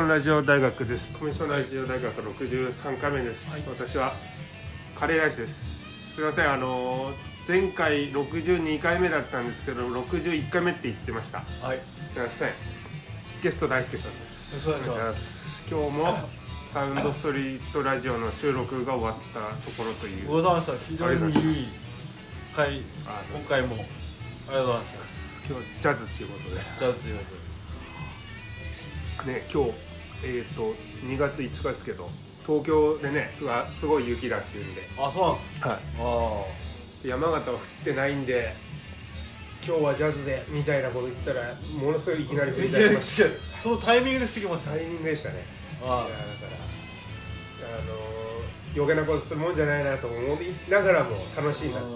ンラジオ大学です。コミッションラジオ大学63回目です、はい、私はカレーライスです。すいません、前回62回目だったんですけど61回目って言ってました。 はい、 すいません。ゲスト大輔さんです。 よろしくお願いします。 今日もサウンドストリートラジオの収録が終わったところという。 ございました。非常にいい回、今回もありがとうございます。 今日ジャズっていうことで。 ジャズということで。 ね、今日、2月5日ですけど東京でねすごい雪だっていうんで。 あ、そうなんですか。 はい。山形は降ってないんで今日はジャズでみたいなこと言ったらものすごいいきなり降り出しました。 そのタイミングで降ってきました。 タイミングでしたね。 ああ、 いやだから余計なことするもんじゃないなと思いながらも楽しいなっていう。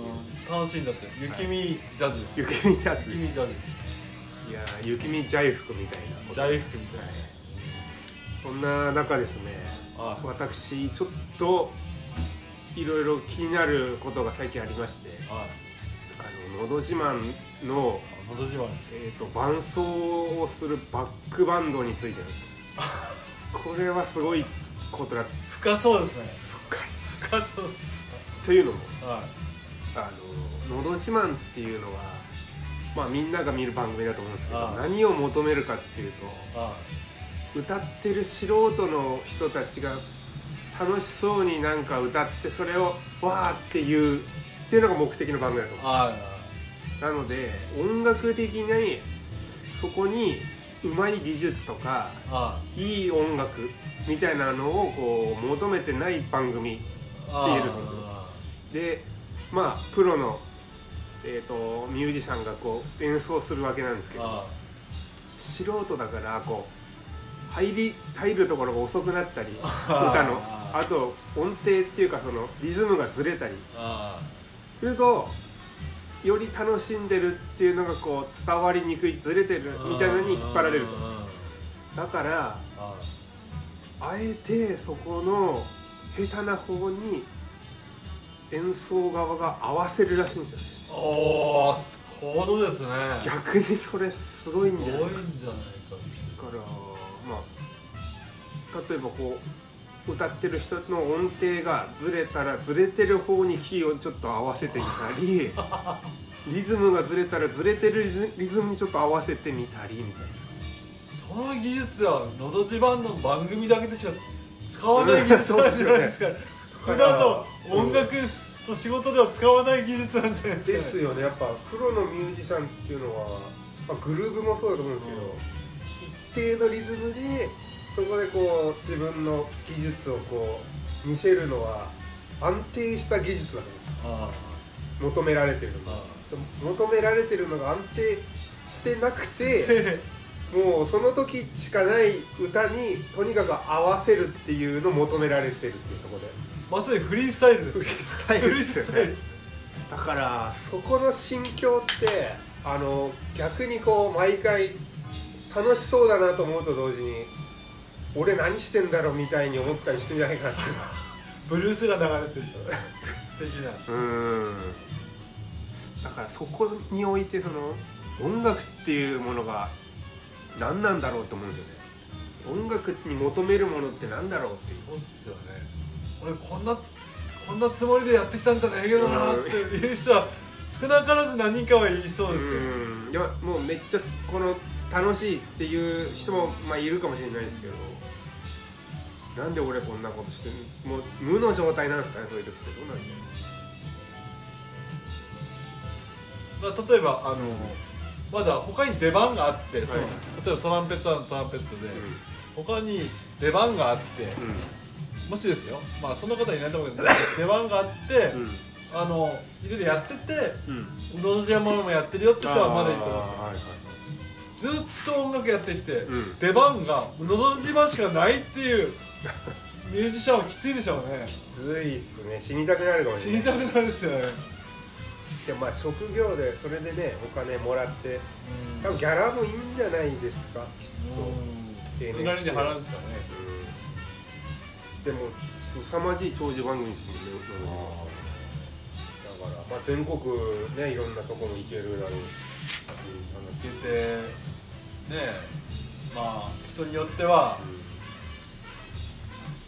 楽しいんだって。雪見ジャズですよ。 雪見ジャズ。 雪見ジャズ。 いや雪見ジャイ服みたいな。 ジャイ服みたいな。 そんな中ですね、私ちょっといろいろ気になることが最近ありまして、のど自慢の伴奏をするバックバンドについてです。これはすごいことだ。 深そうですね。 深そうです。というのも、のど自慢っていうのは、まあみんなが見る番組だと思うんですけど、何を求めるかっていうと、歌ってる素人の人たちが楽しそうになんか歌ってそれをわーって言うっていうのが目的の番組だと思う。なので音楽的にそこにうまい技術とかいい音楽みたいなのをこう求めてない番組って言えると思う。でまあプロの、ミュージシャンがこう演奏するわけなんですけど、素人だからこう入るところが遅くなったり、歌のあと音程っていうかそのリズムがずれたりするとより楽しんでるっていうのがこう伝わりにくい、ずれてるみたいなのに引っ張られると。だからあえてそこの下手な方に演奏側が合わせるらしいんですよね。 おー、そういうことですね。 逆にそれすごいんじゃないか。 すごいんじゃないか。 だからまあ例えばこう歌ってる人の音程がずれたらずれてる方にキーをちょっと合わせてみたりリズムがずれたらずれてるリズムにちょっと合わせてみたりみたいな。 その技術はのど自慢の番組だけでしか使わない技術なんじゃないですか。普段の音楽と仕事では使わない技術なんじゃないですか。 ですよね。やっぱプロのミュージシャンっていうのは、グルーヴもそうだと思うんですけど、一定のリズムでそこでこう自分の技術をこう見せるのは安定した技術だと思うんです。求められてるのが求められてるのが安定してなくてもうその時しかない歌にとにかく合わせるっていうのを求められてるっていう。そこでまさにフリースタイルです。 フリースタイルですよね。だからそこの心境って逆にこう毎回楽しそうだなと思うと同時に俺何してんだろうみたいに思ったりしてんじゃないかなってブルースが流れてる的な。 だからそこにおいてその音楽っていうものが何なんだろうと思うんですよね。音楽に求めるものって何だろうっていう。 そうっすよね。俺こんなつもりでやってきたんじゃないけどなっていう人は少なからず何人かは言いそうですよ。 いやもうめっちゃこの楽しいっていう人もまあいるかもしれないですけど、なんで俺こんなことしてるもう無の状態なんですかね。そういう時ってどうなんだよ。例えばまだ他に出番があって、例えばトランペットはトランペットで、他に出番があって、もしですよ、まあそんなことはいないと思うんですけど出番があって家でやっててのど自慢もやってるよって人はまだいいと思うんですよ。ずっと音楽やってきて出番がのど自慢しかないっていうミュージシャンはきついでしょうね。 きついっすね。死にたくなるかもしれない。 死にたくなるですよね。 でもまあ職業でそれでねお金もらって多分ギャラもいいんじゃないですかきっと。 それなりに払うんですかね。 でも凄まじい長寿番組ですもんね。だからまあ全国ねいろんなとこも行けるだろう行けてね、まあ人によっては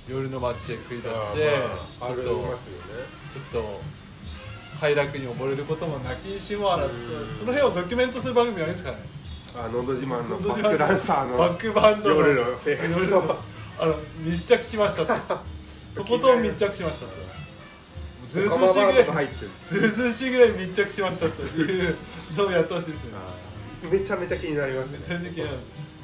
夜の街へ繰り出してちょっと快楽に溺れることも泣きにしもあらず、その辺をドキュメントする番組ないんですかね。 のど自慢のバックダンサーのバックバンドの夜の生活を密着しましたとことん密着しましたと、ずうずうしいぐらい密着しましたというのをやってほしいですね。 めちゃめちゃ気になりますね。 めちゃめちゃ気になる。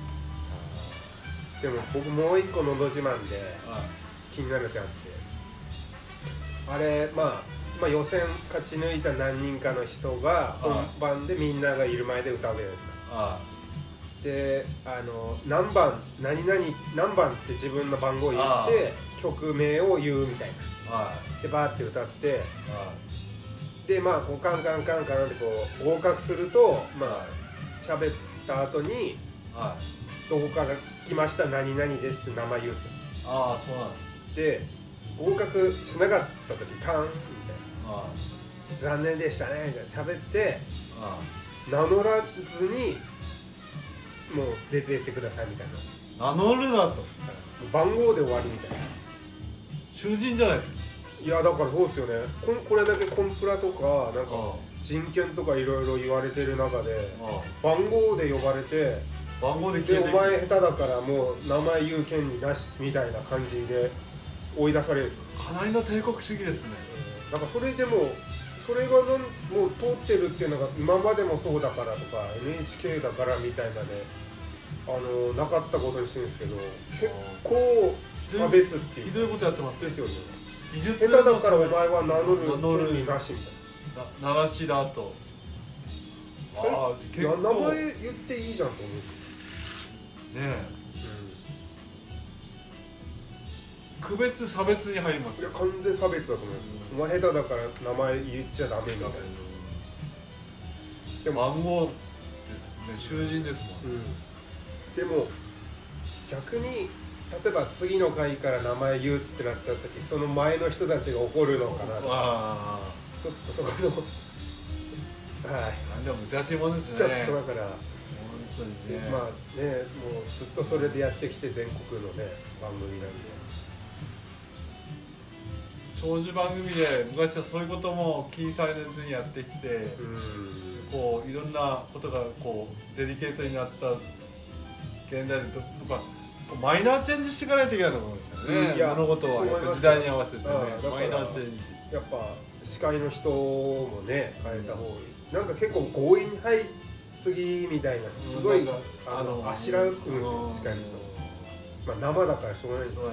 でも僕もう一個のど自慢で気になる点あって、あれまあ予選勝ち抜いた何人かの人が本番でみんながいる前で歌うじゃないですか。で何番何々何番って自分の番号を言って曲名を言うみたいなでバーって歌ってでまあこうカンカンカンカンってこう合格するとまあ喋った後にどこから来ました何々ですって名前言うんですよ。 ああそうなんです。 で合格しなかった時カンみたいな残念でしたねみたいな喋って名乗らずにもう出てってくださいみたいな。名乗るなと番号で終わりみたいな。 囚人じゃないですか。 いやだからそうですよね。これだけコンプラとかなんか人権とかいろいろ言われてる中で番号で呼ばれて番号で消えてお前下手だからもう名前言う権利なしみたいな感じで追い出されるんですよ。 かなりの帝国主義ですね。 なんかそれでもそれがもう通ってるっていうのが今までもそうだからとか NHK だからみたいなねなかったことにしてるんですけど結構差別っていうひどいことやってますですよね。 技術下手だからお前は名乗る権利なしみたいな。鳴らしだと名前言っていいじゃんと思うねえ、区別差別に入ります。 いや完全差別だと思います。お前下手だから名前言っちゃダメみたいな。 でも番号ってね囚人ですもん、 でも逆に例えば次の回から名前言うってなった時その前の人たちが怒るのかなとかちょっとそこのでも難しいもんですね。 ちょっとだから本当にねまあねもうずっとそれでやってきて全国のね番組なんで長寿番組で昔はそういうことも気にされずにやってきてこういろんなことがこうデリケートになった現代でやっぱマイナーチェンジしていかないといけないと思うんですよね。物事はやっぱ時代に合わせてねマイナーチェンジやっぱ司会の人もね変えた方がいい。なんか結構強引にはい次みたいなすごいあしらうって言うんですよ司会の人。まあ生だからしょうがないですよ。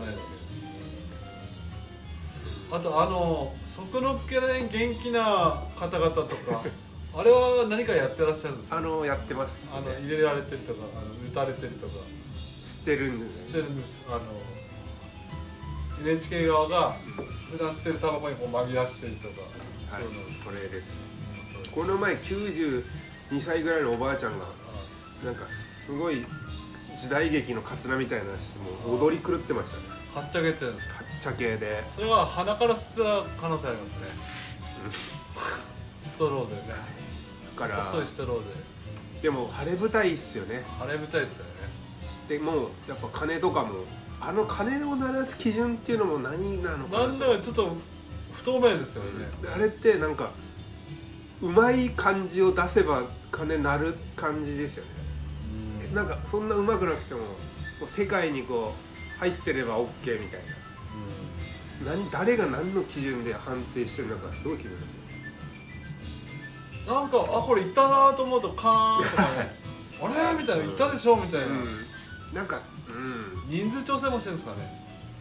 あと底のっけない元気な方々とかあれは何かやってらっしゃるんですか。 やってます、ね、 入れられてるとか打たれてるとか吸ってるんです、 NHK 側が普段吸ってるタバコにこう紛らわしてるとか、 はい、それです。この前92歳ぐらいのおばあちゃんがなんかすごい時代劇のカツラみたいなのしても踊り狂ってましたね。 はっちゃけてるんですか。 はっちゃけでそれは鼻から吸ってた可能性ありますねストローでね。だから細いストローでも晴れ舞台っすよね。 晴れ舞台っすよね。 でもやっぱ鐘とかも鐘を鳴らす基準っていうのも何なのかな。 なんだかちょっと不透明ですよね、 あれってなんかうまい感じを出せば鐘鳴る感じですよね。なんかそんなうまくなくても世界にこう入ってれば OK みたいな、誰が何の基準で判定してるのかすごい気になる。 なんかこれいったなと思うとカーンとかねあれみたいな、いったでしょみたいな、 なんか、 人数調整もしてるんですかね。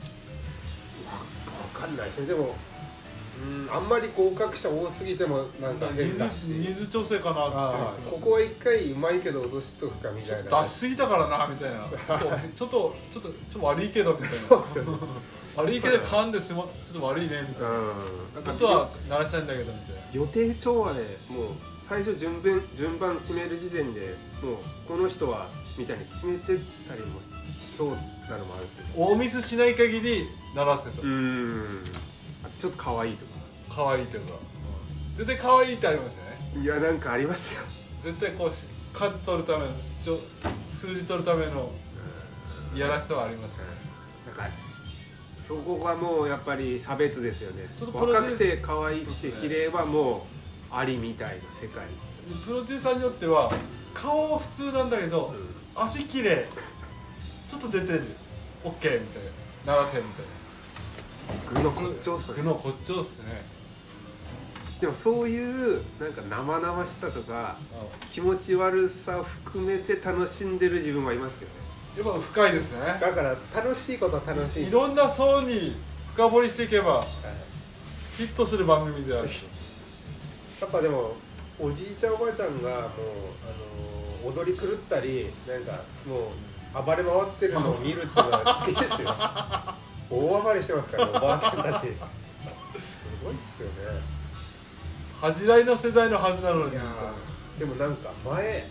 わかんないですね。でもあんまり合格者多すぎてもなんか変だし人数調整かなってここは一回うまいけど落としとくかみたいな、 出しすぎたからなみたいなちょっと悪いけどみたいなそうですよね悪いけど勘ですちょっと悪いねみたいな、あとは鳴らしたいんだけどみたいな。予定調和でもう最初順番決める時点でもうこの人はみたいに決めてたりもしそうなのもあるけど、 大ミスしない限り鳴らせとちょっと可愛いとか可愛いとか、絶対可愛いってありますよね。 いやなんかありますよ絶対こう数取るための数字取るためのいやらしさはありますよね。 なんかそこがもうやっぱり差別ですよね。 ちょっと若くて可愛くて綺麗はもうありみたいな世界。 プロデューサーによっては顔は普通なんだけど、足綺麗ちょっと出てる OK みたいな、鳴らせみたいな、 具の骨頂っすね。 具の骨頂っすね。 でもそういうなんか生々しさとか気持ち悪さを含めて楽しんでる自分はいますよね。 やっぱ深いですね。 だから楽しいことは楽しい。 いろんな層に深掘りしていけばヒットする番組である。 やっぱでもおじいちゃんおばあちゃんがもう踊り狂ったりなんかもう暴れ回ってるのを見るっていうのは好きですよ。大暴れしてますからね、おばあちゃんたち。すごいっすよね。 恥じらいの世代のはずなのに。 いやでもなんか前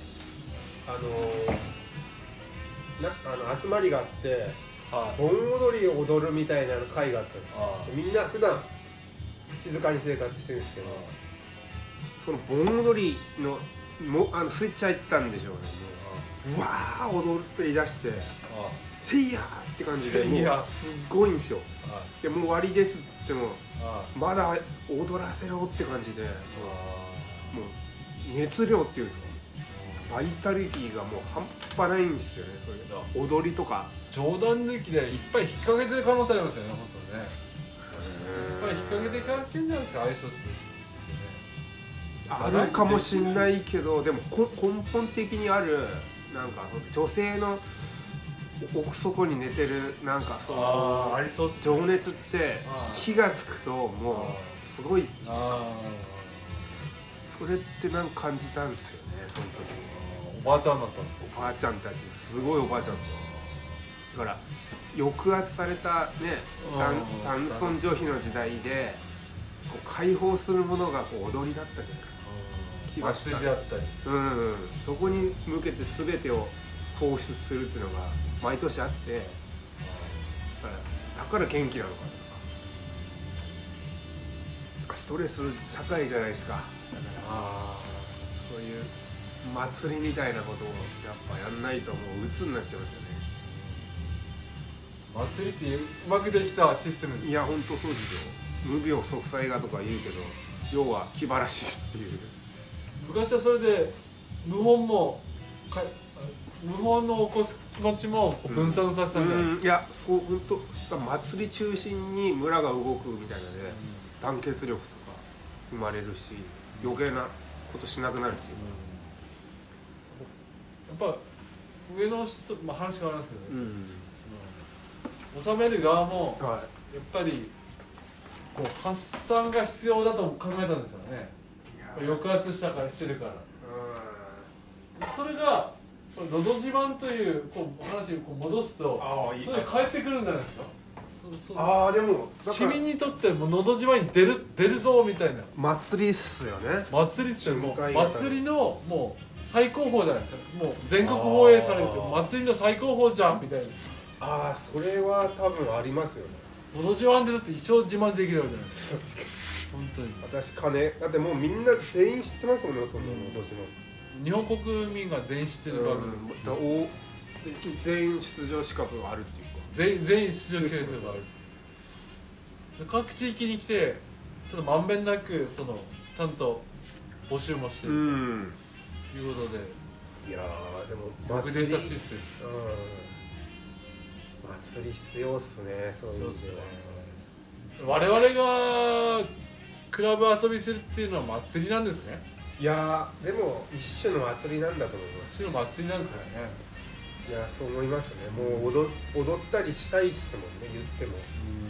集まりがあって、盆踊りを踊るみたいな会があったんです。みんな普段静かに生活してるんですけど、その盆踊りのスイッチ入ったんでしょうね。うわー踊り出してせいやーって感じで、もうすっごいんですよ。でもう終わりですっつってもまだ踊らせろって感じで、もう熱量っていうんですか、バイタリティがもう半端ないんですよね。それ踊りとか冗談抜きでいっぱい引っ掛けてる可能性ありますよね、本当にね。いっぱい引っ掛けていかれてるんじゃないですか、ああいう人ってね。 あるかもしんないけど、でも根本的にあるなんか女性の奥底に寝てるなんかその情熱って火がつくともうすごい、それってなんか感じたんですよね、その時に。 おばあちゃんだったんですか。 おばあちゃんたちすごいおばあちゃんですよ。だから抑圧されたね男尊女卑の時代でこう解放するものがこう踊りだったり気がした。祭りであったり、 そこに向けて全てを放出するっていうのが毎年あって、だから元気なのかな。ストレス社会じゃないですか。だからそういう祭りみたいなことをやっぱやんないともう鬱になっちゃいますよね。 祭りってうまくできたシステムです。 いや本当そうですよ。無病息災がとか言うけど、要は気晴らしっていう。 昔はそれで無本の起こす気持ちも分散させたんじゃないですか。 いやそう本当祭り中心に村が動くみたいなので、団結力とか生まれるし、余計なことしなくなるっていうか、 やっぱ上の人、話変わりますけどね、収める側もやっぱりこう発散が必要だと考えたんですよね。抑圧したからしてるから、それが「のど自慢」という話を戻すとそれ返ってくるんじゃないですか。 でも市民にとっても「のど自慢」に出るぞみたいな祭りっすよね。 祭りっすよ。もう祭りのもう最高峰じゃないですか。もう全国放映されて祭りの最高峰じゃんみたいな。 それは多分ありますよね。 のど自慢ってだって一生自慢できるわけじゃないですか。 確かに本当に私だってもうみんな全員知ってますもんね、ほとんどの年の日本国民が全員知ってる番組、 全員出場資格があるっていうか、 全員出場権がある。各地域に来てちょっとまんべんなくちゃんと募集もしてるということで、 いやでも祭りシステム、 祭り必要っすね。そうですね。 我々がクラブ遊びするっていうのは祭りなんですね。 いやでも一種の祭りなんだと思います。 一種の祭りなんですよね。 いやそう思いますね。もう踊ったりしたいっすもんね、言っても。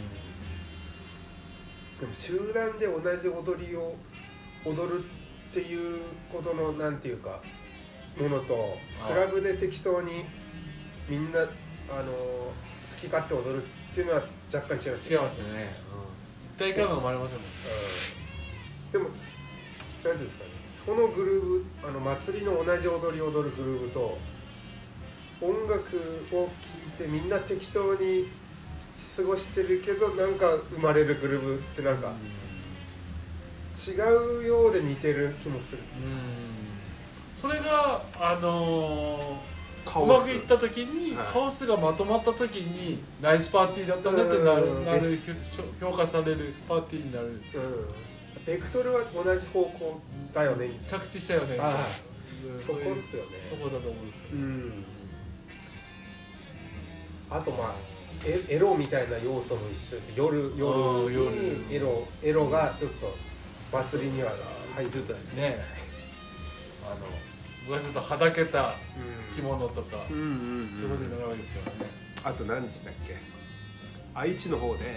でも集団で同じ踊りを踊るっていうことのなんていうかものと、クラブで適当にみんな好き勝手踊るっていうのは若干違います。 違いますよね。一体感が生まれますよね。 でもなんていうんですかね、そのグルーブ祭りの同じ踊りを踊るグルーブと音楽を聴いてみんな適当に過ごしてるけどなんか生まれるグルーブってなんか違うようで似てる気もする。 それがうまくいった時に、カオスがまとまった時にナイスパーティーだったねってなる評価されるパーティーになる、 ベクトルは同じ方向だよね、 着地したよね、 そこっすよね、 とこだと思うんですけど、 あとまあエロみたいな要素も一緒です。夜にエロがちょっと祭りには入ってたりね。 昔だとはだけた着物とか、そういうことになるわけですよね。 あと何でしたっけ、愛知の方で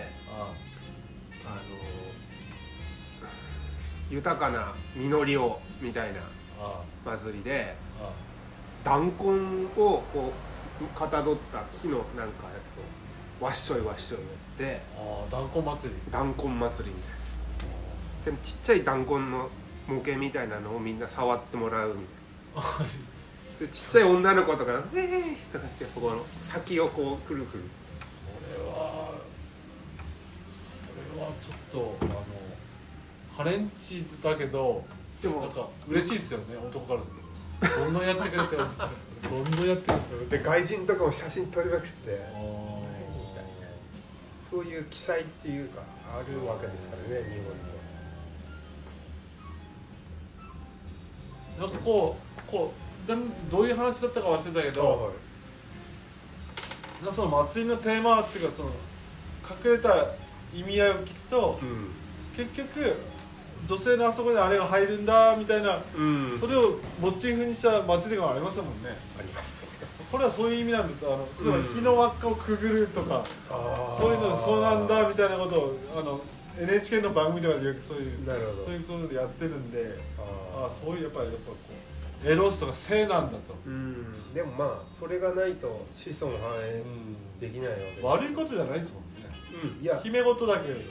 豊かな実りをみたいな祭りで弾痕をこうかたどった木のなんかやつをわっしょいわっしょいやって、 弾痕祭りみたいな。 でもちっちゃい弾痕の模型みたいなのをみんな触ってもらうみたいな。でちっちゃい女の子とか「とかってここの先をこうくるくる。 それはちょっとハレンチだけど、でもなんか嬉しいですよね、男からすると。どんどんやってくれて、どんどんやってくれて。 で外人とかも写真撮りまくって、そういう記載っていうかあるわけですからね、日本に。 なんかどういう話だったか忘れたけど、その祭りのテーマっていうか、その隠れた意味合いを聞くと、結局女性のあそこにあれが入るんだみたいな、それをモチーフにした祭りがありますもんね。 あります。 これはそういう意味なんだと、例えば火の輪っかをくぐるとか、そういうのそうなんだみたいなことをNHK の番組ではよくそういうことでやってるんで、そういうやっぱこうエロスとか性なんだと。 でもまあそれがないと子孫繁栄できないわけです。 悪いことじゃないですもんね。いや姫事だけれど。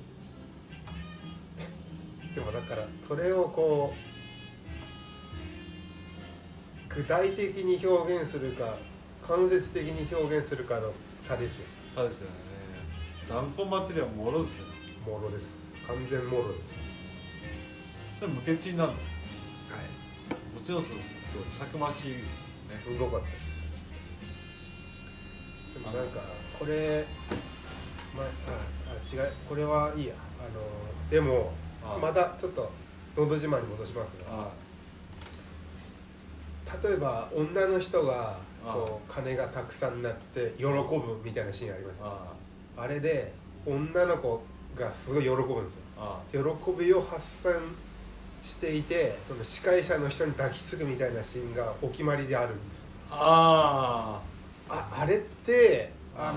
でもだからそれをこう具体的に表現するか間接的に表現するかの差ですよ。 差ですよね。弾痕祭りはもろですよね。 もろです。完全もろです。 それ無ケチなんですよ。 はい。 もちろんそうですよ。たくましい、ね。 すごかったです。でもなんかこれ違う、これはいいや。でもまたちょっとのど自慢に戻しますが、例えば女の人がこう金がたくさんになって喜ぶみたいなシーンあります。あれで女の子がすごい喜ぶんですよ。喜びを発散していて、その司会者の人に抱きつくみたいなシーンがお決まりであるんですよ。あれって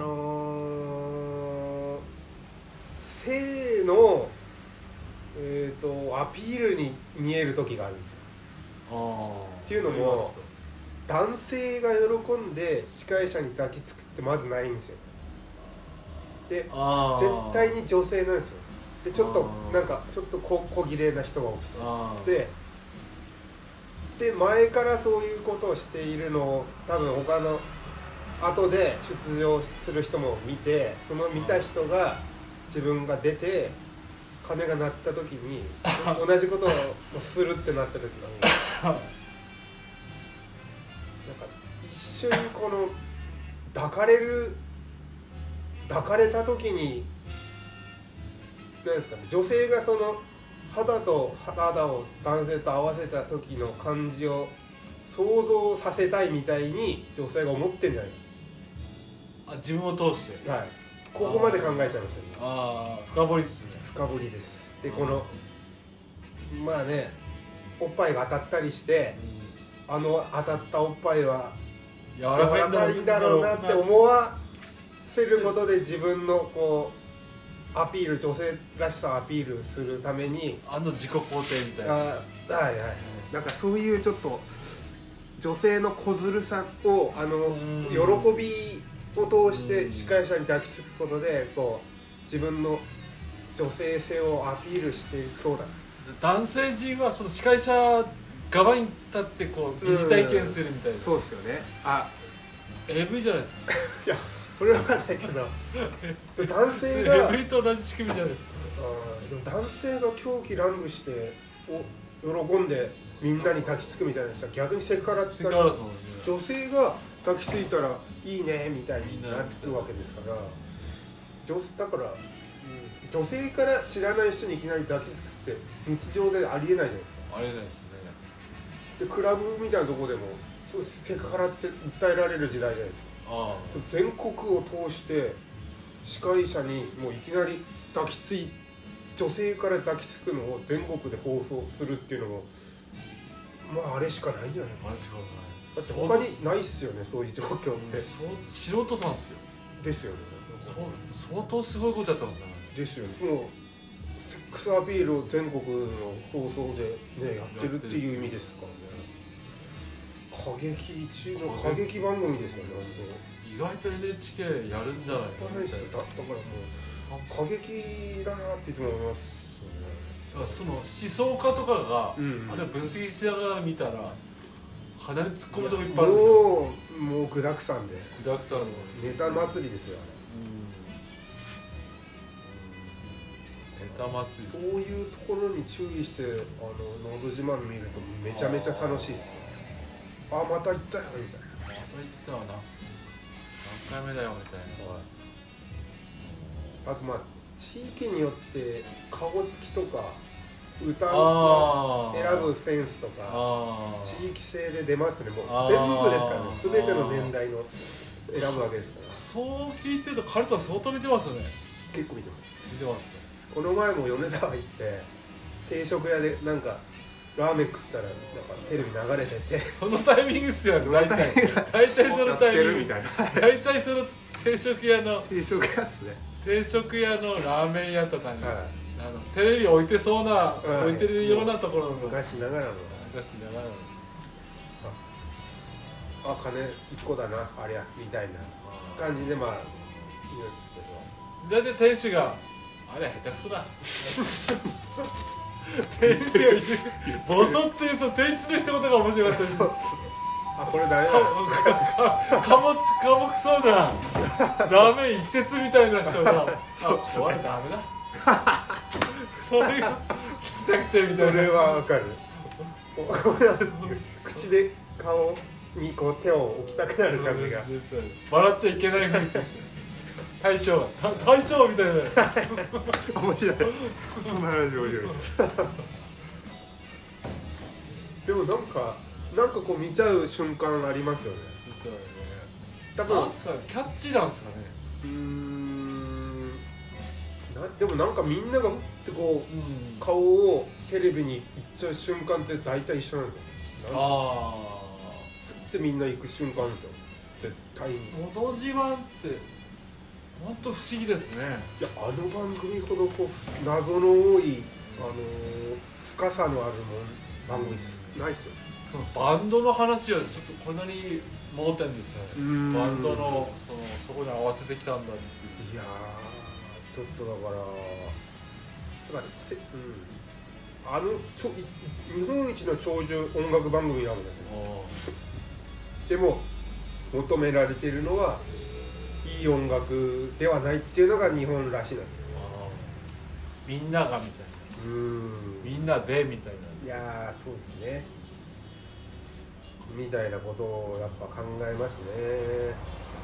性のアピールに見える時があるんですよ。っていうのも男性が喜んで司会者に抱きつくってまずないんですよ。で絶対に女性なんですよ。でちょっとなんかちょっと小綺麗な人が多くて、で前からそういうことをしているのを多分他の後で出場する人も見て、その見た人が自分が出て鐘が鳴った時に同じことをするってなった時になんか一瞬この抱かれた時に何ですかね、女性がその肌と肌を男性と合わせた時の感じを想像させたいみたいに女性が思ってんじゃないか。 自分を通して、 はい、ここまで考えちゃいましたね。 深掘りですね。 深掘りです。でこのまあね、おっぱいが当たったりして、当たったおっぱいは柔らかいんだろうなって思わせることで自分のこうアピール、女性らしさをアピールするために自己肯定みたいな、 なんかそういうちょっと女性の小ずるさを喜びを通して司会者に抱きつくことでこう自分の女性性をアピールしていそうだ。 男性陣はその司会者側に立ってこう疑似体験するみたいな。 そうですよね。 AV じゃないですか。 いやこれは分かんないけど男性が AV と同じ仕組みじゃないですか。 でも男性が狂気乱舞して喜んでみんなに抱きつくみたいな人は逆にセクハラって言ったら女性が抱きついたらいいねみたいになるわけですから、だから、女性から知らない人にいきなり抱きつくって日常でありえないじゃないですか。 ありえないですね。 でクラブみたいなところでもセクハラって訴えられる時代じゃないですか。全国を通して司会者にもういきなり女性から抱きつくのを全国で放送するっていうのもまああれしかないんじゃないかな。だって他にないっすよね、そういう状況って。 素人さんっすよ。 ですよね。 相当すごいことやったのかな。 ですよね。もうセックスアピールを全国の放送でねやってるっていう意味ですからね。過激中の過激番組ですよね。 意外と NHK やるんじゃないかな。 だからもう過激だなって言っても思いますよね。 だからその思想家とかが、あれを分析しながら見たら鼻に突っ込むとこいっぱいあるんですよ。 もう具だくさんで具だくさんのネタ祭りですよ。 ネタ祭り。 そういうところに注意して「のど自慢」見るとめちゃめちゃ楽しいっす。また行ったよみたいな。 また行ったわな。何回目だよみたいな。 あと地域によって顔つきとか歌を選ぶセンスとか地域性で出ますね。もう全部ですからね。全ての年代の選ぶわけですから。 そう聞いてるとカルさん相当見てますよね。 結構見てます。 見てますね。 この前も米沢行って定食屋でなんかラーメン食ったらなんかテレビ流れててそのタイミングっすよね。大体そのタイミングみたいな。大体その定食屋っすね。 定食屋のラーメン屋とかに、テレビ置いてそうな、置いてるようなところの昔ながらの金1個だなありゃみたいな感じで言うんですけど、だって店主があれ下手くそだ店主がボソっていう店主の一言が面白かったです。 これダメだ貨物そうなラーメン一徹みたいな人がこれダメだそれが聞きたくてみたいな。 それはわかる。口で顔にこう手を置きたくなる感じが。 笑っちゃいけない雰囲気ですよ。大将みたいな。 面白い。そんな話面白いです。でもなんかこう見ちゃう瞬間ありますよね。 そうね。 多分キャッチーなんですかね。 でもなんかみんながふってこう、顔をテレビに行っちゃう瞬間って大体一緒なんですよ。ふってみんな行く瞬間ですよ。絶対に。 のど自慢って本当不思議ですね。 いや番組ほどこう謎の多い深さのある番組ないですよ。 そのバンドの話はちょっとこんなに盲点ですよね。バンドのそこに合わせてきたんだっていう。 いやちょっとだから日本一の長寿音楽番組なわけですよ。でも求められているのはいい音楽ではないっていうのが日本らしいなんですよ。 みんながみたいな。みんなでみたいな。 いやそうですね。みたいなことをやっぱ考えますね。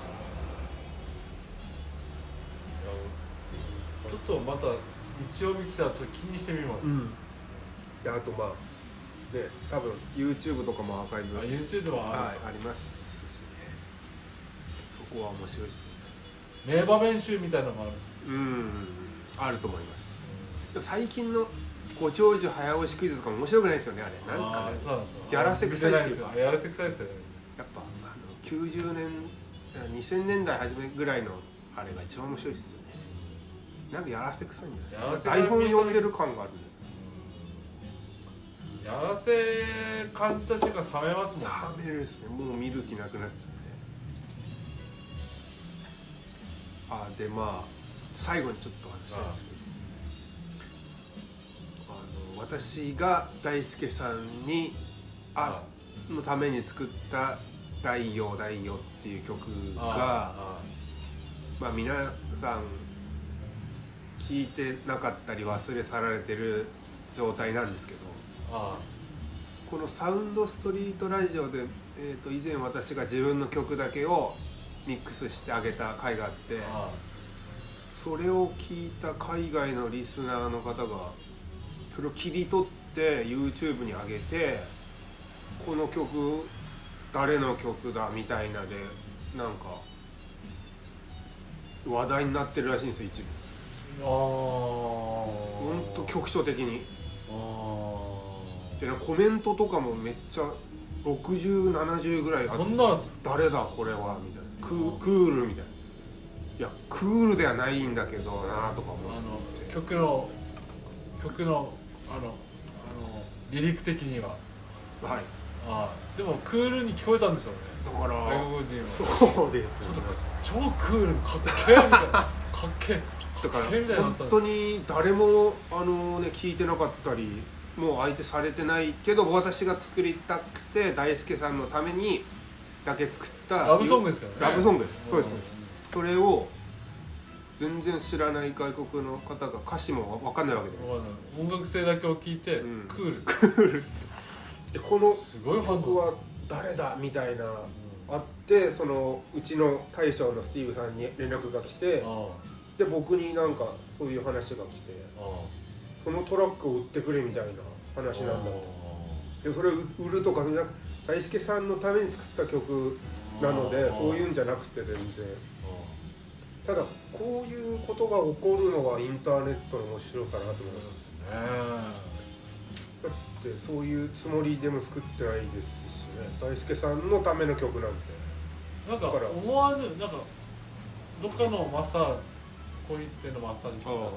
ちょっとまた日曜日来たらちょっと気にしてみます。 であと多分 YouTube とかもアーカイブ YouTube はありますしね。そこは面白いですよね。名場面集みたいなのもあるんです。 あると思います。でも最近のご長寿早押しクイズとかも面白くないですよね。あれなんですかね。やらせ臭いっていうか。 やらせ臭いですよね。 やっぱ90年2000年代初めぐらいのあれが一番面白いですよね。なんかやらせ臭いんだよね。台本読んでる感がある。 やらせ感じた瞬間冷めますもん。 冷めるですね。もう見る気なくなっちゃって。で最後にちょっと話したいんですけど、私が大輔さんにのために作った「大よ大よ」っていう曲が皆さん聞いてなかったり忘れ去られてる状態なんですけど、このサウンドストリートラジオで、以前私が自分の曲だけをミックスしてあげた回があって、それを聞いた海外のリスナーの方がそれを切り取って YouTube に上げて、この曲誰の曲だみたいなでなんか話題になってるらしいんですよ、一部。ほんと局所的に。でコメントとかもめっちゃ60、70ぐらいあって、 そんな誰だこれはみたいな、クールみたいな、いやクールではないんだけどなとか思って、 曲のリリック的にはでもクールに聞こえたんでしょうね。 だから外国人はそうですよね、 ちょっと超クールかっけえみたいなかっけえだから本当に誰も聞いてなかったりもう相手されてないけど、私が作りたくて大輔さんのためにだけ作ったラブソングですよね。 ラブソングです、そうです。それを全然知らない外国の方が歌詞も分かんないわけじゃないですか。 音楽性だけを聞いて、クールでこのすごい曲は誰だみたいな、あってそのうちの大将のスティーブさんに連絡が来て、で僕になんかそういう話が来て、このトラックを売ってくれみたいな話なんだと。でそれを売るとか大輔さんのために作った曲なので、そういうんじゃなくて全然。ただこういうことが起こるのがインターネットの面白さだなと思いますね。だってそういうつもりでも作ってないですしね、大輔さんのための曲なんて。 なんか思わぬなんかどっかのマッサージ、こういう手のマッサージとか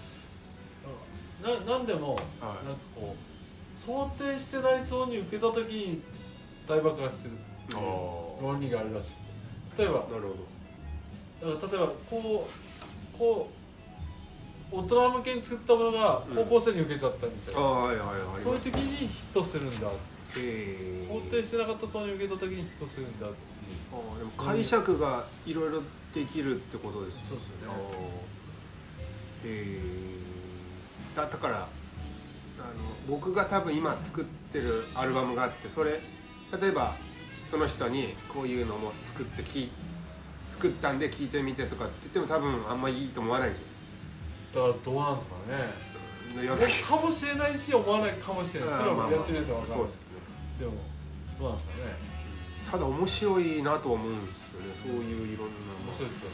なんでも、なんかこう想定してない層に受けた時に大爆発するっていう論理があるらしくて、例えばだから例えばこう大人向けに作ったものが高校生に受けちゃったみたいな、そういう時にヒットするんだって、想定してなかった層に受けた時にヒットするんだっていう。 でも解釈がいろいろできるってことですよね。 そうですよね。 だから僕が多分今作ってるアルバムがあって、それ例えばその人にこういうのも作ったんで聴いてみてとかって言っても多分あんまりいいと思わないんですよ。 だからどうなんですかね。かもしれないし思わないかもしれない。それはやってみると分かる。 そうですね。 でもどうなんですかね。 ただ面白いなと思うんですよね、そういういろんな。 面白いですよね。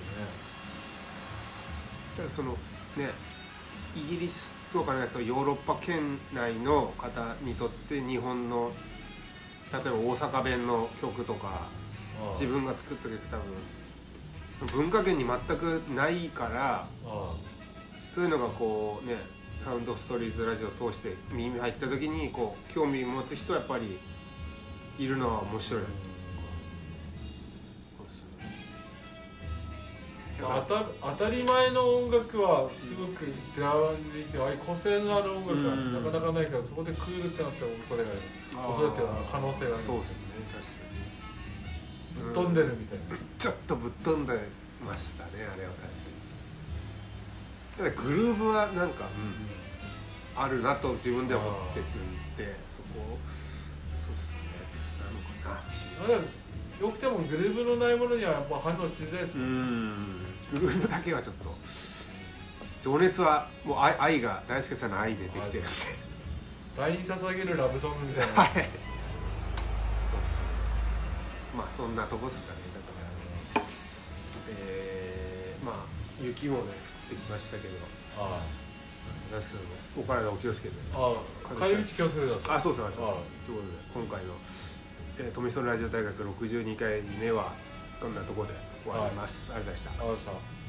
ただそのね、イギリスとかね、そのヨーロッパ圏内の方にとって日本の例えば大阪弁の曲とか自分が作った曲多分文化圏に全くないから、そういうのがこうね、サウンドストリートラジオを通して耳に入った時にこう興味持つ人はやっぱりいるのは面白いなっていうか。 当たり前の音楽はすごく出会われていて、ああいう個性のある音楽はなかなかないから、そこでクールってなっても恐れがある。恐れっていうのは可能性がある。 そうですね、確かに。 ぶっ飛んでるみたいな。 ちょっとぶっ飛んでましたね、あれは確かに。ただグルーブはなんか、あるなと自分では思ってるんで、そこそうっすね、なのかな。 よくてもグルーブのないものにはやっぱ反応しづらいですね。 グルーブだけはちょっと情熱はもう愛が大輔さんの愛でできてるんで、 第に捧げるラブソングみたいな。 はい、そうっすね。まあそんなとこっすかね。だからまあ雪もね降ってきましたけど、大輔さんもお体お気をつけて、 帰り道気をつけてください。 そうです。ということで今回の富園ラジオ大学62回目はこんなところで終わります。ありがとうございました。